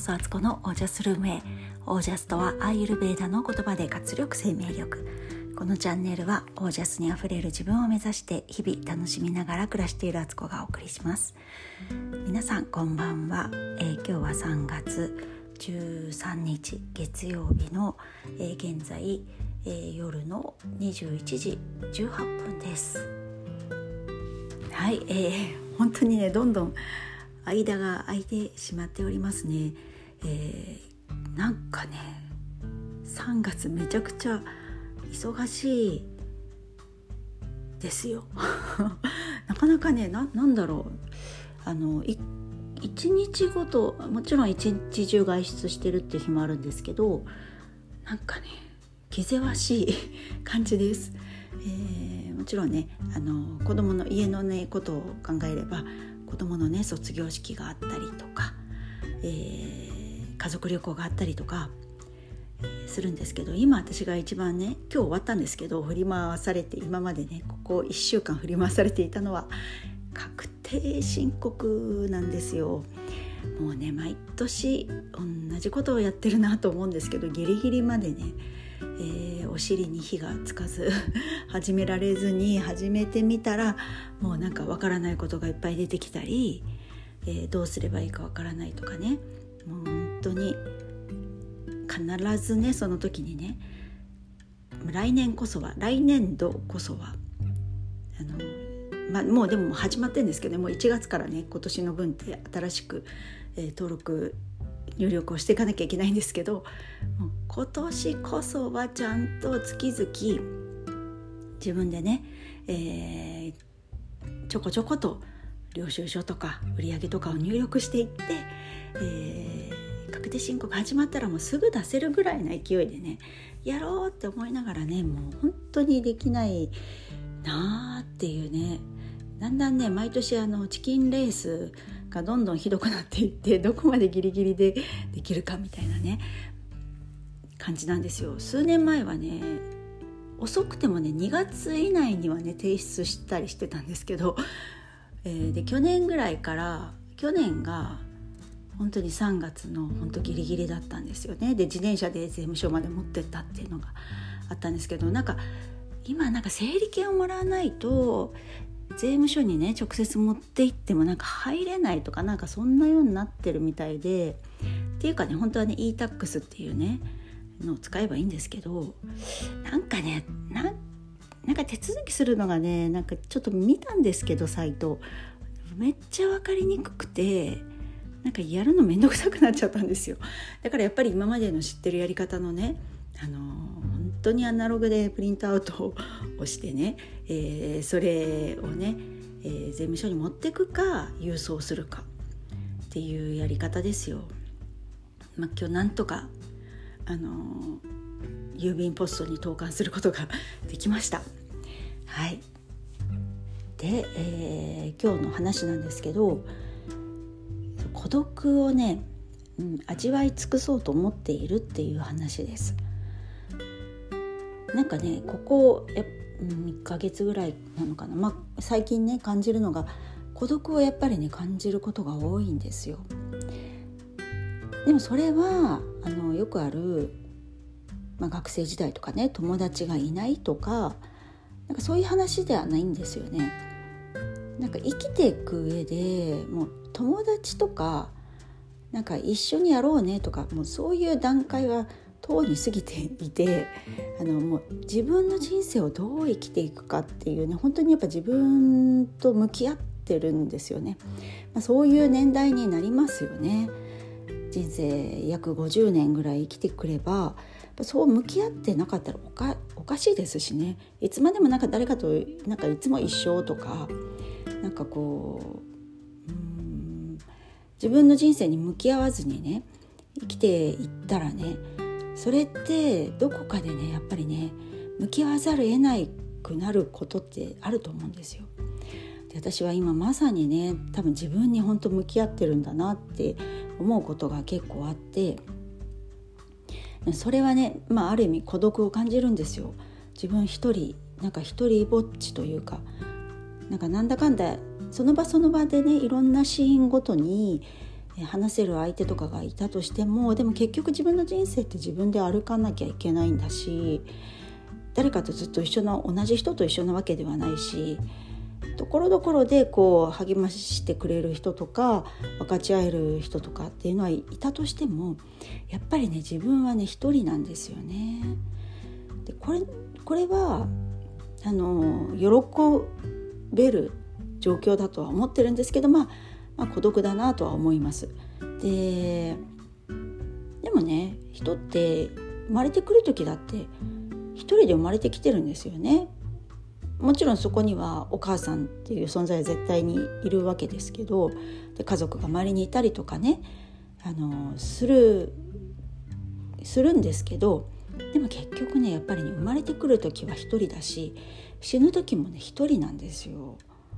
そあつこのオージャスルームへ。オージャスとはアーユルヴェーダの言葉で活力、生命力。このチャンネルはオージャスにあふれる自分を目指して日々楽しみながら暮らしているあつこがお送りします。皆さんこんばんは。今日は3月13日月曜日の、現在、夜の21時18分です。はい、本当にねどんどん間が空いてしまっておりますね。なんかね3月めちゃくちゃ忙しいですよなかなかねなんだろう一日ごともちろん一日中外出してるっていう日もあるんですけど、なんかね気ぜわしい感じです。もちろんね子供の家のねことを考えれば子供のね卒業式があったりとか、家族旅行があったりとかするんですけど、今私が一番ね今日終わったんですけど振り回されて、今までねここ1週間振り回されていたのは確定申告なんですよ。もうね毎年同じことをやってるなと思うんですけど、ギリギリまでね、お尻に火がつかず始められずに始めてみたらもうなんかわからないことがいっぱい出てきたり、どうすればいいかわからないとかね、もう本当に必ずねその時にね来年度こそはもうでも始まってるんですけどね、もう1月からね今年の分って新しく、登録入力をしていかなきゃいけないんですけど、もう今年こそはちゃんと月々自分でね、ちょこちょこと領収書とか売上とかを入力していって、確定申告始まったらもうすぐ出せるぐらいな勢いでねやろうって思いながらね、もう本当にできないなっていうね、だんだんね毎年チキンレースがどんどんひどくなっていって、どこまでギリギリでできるかみたいなね感じなんですよ。数年前はね遅くてもね2月以内にはね提出したりしてたんですけど、で去年ぐらいから去年が本当に3月の本当ギリギリだったんですよね。で自転車で税務署まで持ってったっていうのがあったんですけど、なんか今なんか整理券をもらわないと税務署にね直接持って行ってもなんか入れないとか、なんかそんなようになってるみたいで、っていうかね本当はね e-tax っていうねのを使えばいいんですけど、なんかねなんか手続きするのがねなんかちょっと見たんですけどサイトめっちゃ分かりにくくて、なんかやるのめんどくさくなっちゃったんですよ。だからやっぱり今までの知ってるやり方のね本当にアナログでプリントアウトをしてね、それをね、税務署に持ってくか郵送するかっていうやり方ですよ。今日なんとか郵便ポストに投函することができました。はい。で、今日の話なんですけど、孤独をね、味わい尽くそうと思っているっていう話です。なんかねここ1ヶ月ぐらいなのかな、最近ね感じるのが孤独をやっぱりね感じることが多いんですよ。でもそれはよくある、学生時代とかね友達がいないとか、なんかそういう話ではないんですよね。なんか生きていく上でもう友達とかなんか一緒にやろうねとか、もうそういう段階はとうに過ぎていて、もう自分の人生をどう生きていくかっていうね本当にやっぱ自分と向き合ってるんですよね。そういう年代になりますよね。人生約50年ぐらい生きてくればそう向き合ってなかったらおかしいですしね。いつまでもなんか誰かとなんかいつも一緒とか、なんかこう自分の人生に向き合わずにね生きていったらね、それってどこかでねやっぱりね向き合わざるを得なくなることってあると思うんですよ。で私は今まさにね多分自分に本当向き合ってるんだなって思うことが結構あって、それはね、ある意味孤独を感じるんですよ。自分一人なんか一人ぼっちというか、なんだかんだその場その場でねいろんなシーンごとに話せる相手とかがいたとしても、でも結局自分の人生って自分で歩かなきゃいけないんだし、誰かとずっと同じ人と一緒なわけではないし、ところどころで励ましてくれる人とか分かち合える人とかっていうのはいたとしても、やっぱりね自分はね一人なんですよね。でこれは喜べる状況だとは思ってるんですけど、まあ孤独だなとは思います。でもね、人って生まれてくる時だって一人で生まれてきてるんですよね。もちろんそこにはお母さんっていう存在は絶対にいるわけですけど、で家族が周りにいたりとかねするんですけど、でも結局ねやっぱりね生まれてくる時は一人だし、死ぬ時もね一人なんですよ。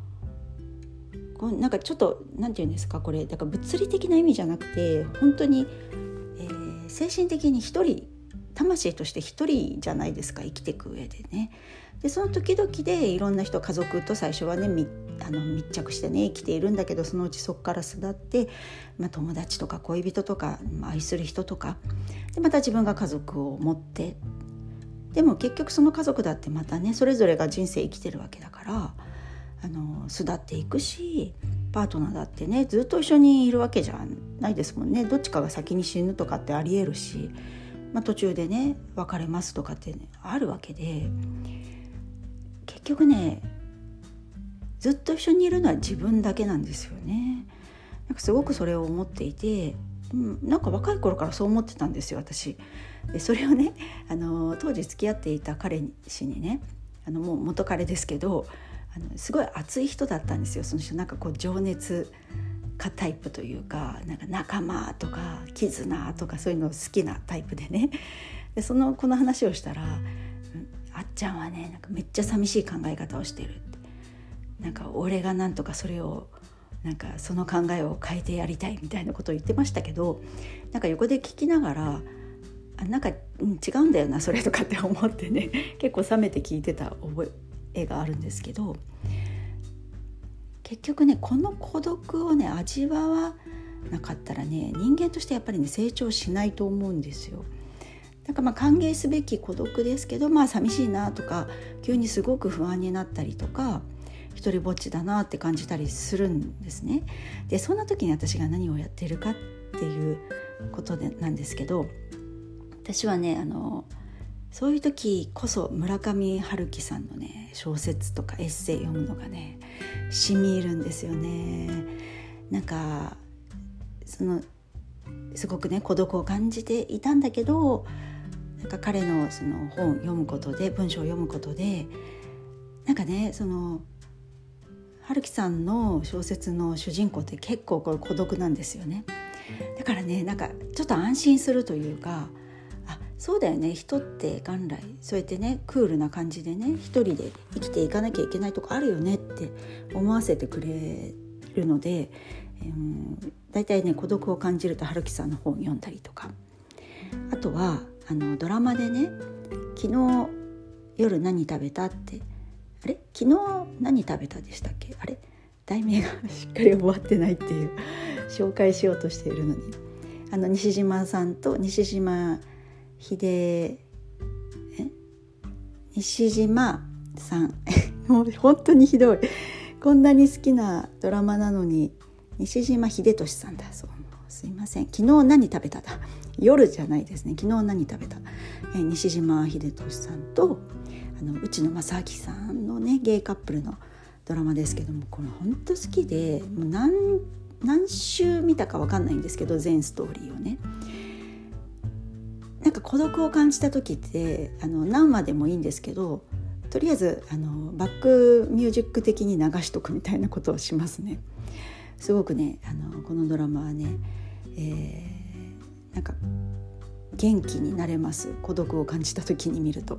なんかちょっとなんていうんですか、これだから物理的な意味じゃなくて本当に、精神的に一人、魂として一人じゃないですか、生きていく上でね。でその時々でいろんな人、家族と最初はね密着してね生きているんだけど、そのうちそこから巣立って、友達とか恋人とか、愛する人とかでまた自分が家族を持って、でも結局その家族だってまたねそれぞれが人生生きてるわけだから巣立っていくし、パートナーだってねずっと一緒にいるわけじゃないですもんね。どっちかが先に死ぬとかってありえるし、途中でね別れますとかって、あるわけで、結局ねずっと一緒にいるのは自分だけなんですよね。なんかすごくそれを思っていて、なんか若い頃からそう思ってたんですよ私。でそれをね当時付き合っていた彼氏にねもう元彼ですけどすごい熱い人だったんですよ。その人なんか情熱家タイプというか、なんか仲間とか絆とかそういうの好きなタイプでね。でこの話をしたら、あっちゃんはねなんかめっちゃ寂しい考え方をしてるって、なんか俺がなんとかそれをなんかその考えを変えてやりたいみたいなことを言ってましたけど、なんか横で聞きながらなんか、違うんだよなそれとかって思ってね結構冷めて聞いてた覚えがあるんですけど、結局ねこの孤独をね味わわなかったらね人間としてやっぱりね成長しないと思うんですよ。だから歓迎すべき孤独ですけど、寂しいなとか急にすごく不安になったりとか一人ぼっちだなって感じたりするんですね。でそんな時に私が何をやっているかっていうことなんですけど、私はねそういう時こそ村上春樹さんのね小説とかエッセイ読むのがね染み入るんですよね。なんかすごくね孤独を感じていたんだけど、なんか彼のその本を読むことで、文章を読むことで、なんかね春樹さんの小説の主人公って結構孤独なんですよね。だからねなんかちょっと安心するというか、そうだよね、人って元来そうやってねクールな感じでね一人で生きていかなきゃいけないとこあるよねって思わせてくれるので、だいたいね孤独を感じると春樹さんの本を読んだりとか、あとはドラマでね昨日夜何食べたって、昨日何食べたでしたっけ、題名がしっかり終わってないっていう紹介しようとしているのに、西島さんと西島さんもう本当にひどい、こんなに好きなドラマなのに西島秀俊さんだそう、すいません、昨日何食べただ、夜じゃないですね、昨日何食べた、西島秀俊さんと内野正明さんのねゲイカップルのドラマですけども、これ本当好きで、もう何週見たか分かんないんですけど全ストーリーをね、なんか孤独を感じた時って何話でもいいんですけど、とりあえずバックミュージック的に流しとくみたいなことをしますね。すごくねこのドラマはね、なんか元気になれます、孤独を感じた時に見ると。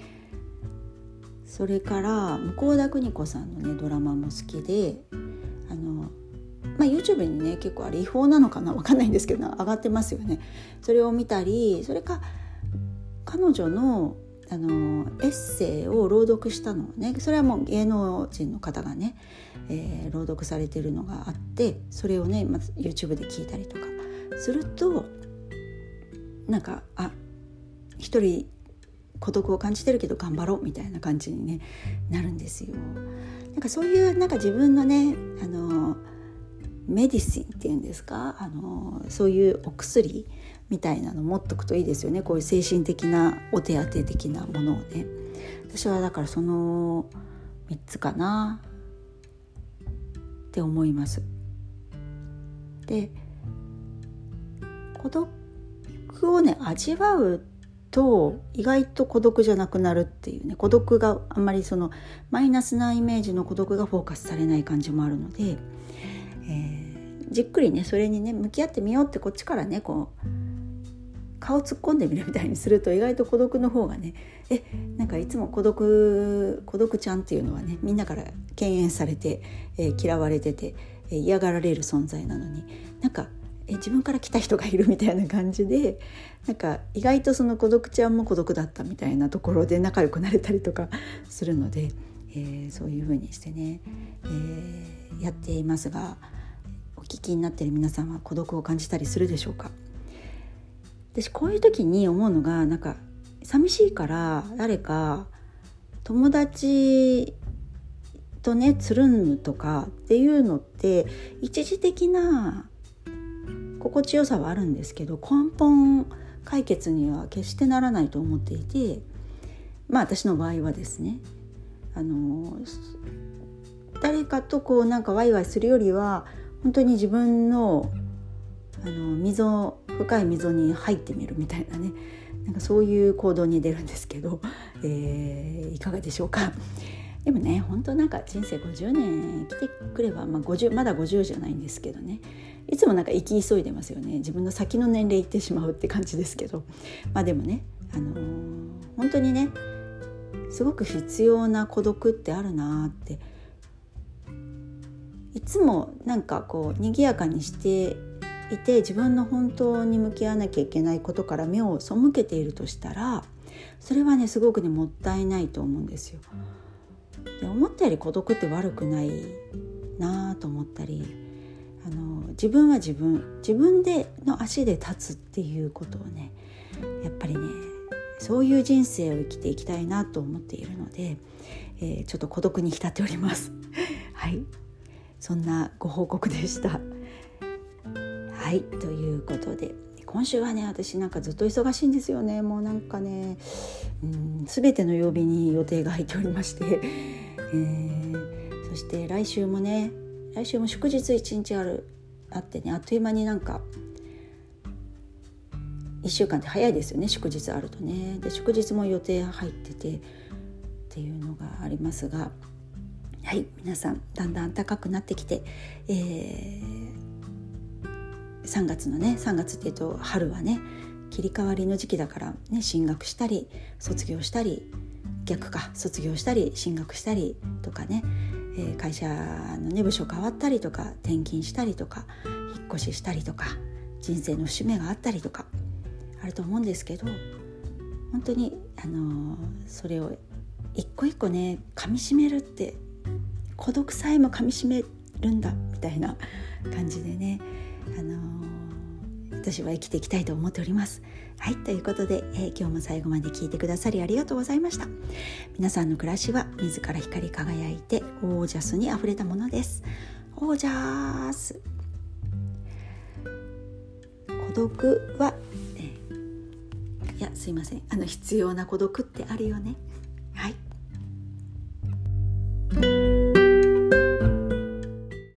それから向田邦子さんのねドラマも好きで、YouTube にね結構違法なのかな分かんないんですけど上がってますよね。それを見たり、それか彼女のエッセイを朗読したのをね、それはもう芸能人の方がね、朗読されてるのがあって、それをね、まず YouTube で聞いたりとかすると、なんか一人孤独を感じてるけど頑張ろうみたいな感じに、ね、なるんですよ。なんかそういうなんか自分のねメディシンっていうんですか、そういうお薬みたいなの持っとくといいですよね。こういう精神的なお手当的なものをね。私はだからその3つかなって思います。で、孤独をね味わうと意外と孤独じゃなくなるっていうね、孤独があんまりそのマイナスなイメージの孤独がフォーカスされない感じもあるので、じっくりねそれにね向き合ってみようって、こっちからねこう顔突っ込んでみるみたいにすると、意外と孤独の方がねなんかいつも孤独ちゃんっていうのはね、みんなから敬遠されて、嫌われてて、嫌がられる存在なのに、なんか自分から来た人がいるみたいな感じで、なんか意外とその孤独ちゃんも孤独だったみたいなところで仲良くなれたりとかするので、そういう風にしてね、やっていますが、お聞きになっている皆さんは孤独を感じたりするでしょうか。私こういう時に思うのが、なんか寂しいから誰か友達とねつるむとかっていうのって一時的な心地よさはあるんですけど、根本解決には決してならないと思っていて、私の場合はですね、誰かとなんかワイワイするよりは、本当に自分の深い溝に入ってみるみたいなね、なんかそういう行動に出るんですけど、いかがでしょうか。でもね、本当なんか人生50年生きてくれば、まだ50じゃないんですけどね、いつもなんか生き急いでますよね。自分の先の年齢いってしまうって感じですけど、でもね、本当にねすごく必要な孤独ってあるなって、いつもなんかこう賑やかにしていて、自分の本当に向き合わなきゃいけないことから目を背けているとしたら、それはねすごくねもったいないと思うんですよ。で、思ったより孤独って悪くないなと思ったり、自分は自分での足で立つっていうことをね、やっぱりねそういう人生を生きていきたいなと思っているので、ちょっと孤独に浸っておりますはい、そんなご報告でした。はい、ということで今週はね、私なんかずっと忙しいんですよね。もうなんかね、全ての曜日に予定が入っておりまして、そして来週も祝日1日あってね、あっという間になんか1週間って早いですよね、祝日あるとね。で、祝日も予定入っててっていうのがありますが、はい、皆さんだんだん暖かくなってきて、3月っていうと春はね切り替わりの時期だからね、進学したり卒業したり、卒業したり進学したりとかね、会社のね部署変わったりとか、転勤したりとか、引っ越ししたりとか、人生の節目があったりとかあると思うんですけど、本当にそれを一個一個ね噛み締めるって、孤独さえも噛み締めるんだみたいな感じでね、私は生きていきたいと思っております。はい、ということで、今日も最後まで聞いてくださりありがとうございました。皆さんの暮らしは自ら光り輝いてオージャスにあふれたものです。オージャス。孤独は、すいません、必要な孤独ってあるよね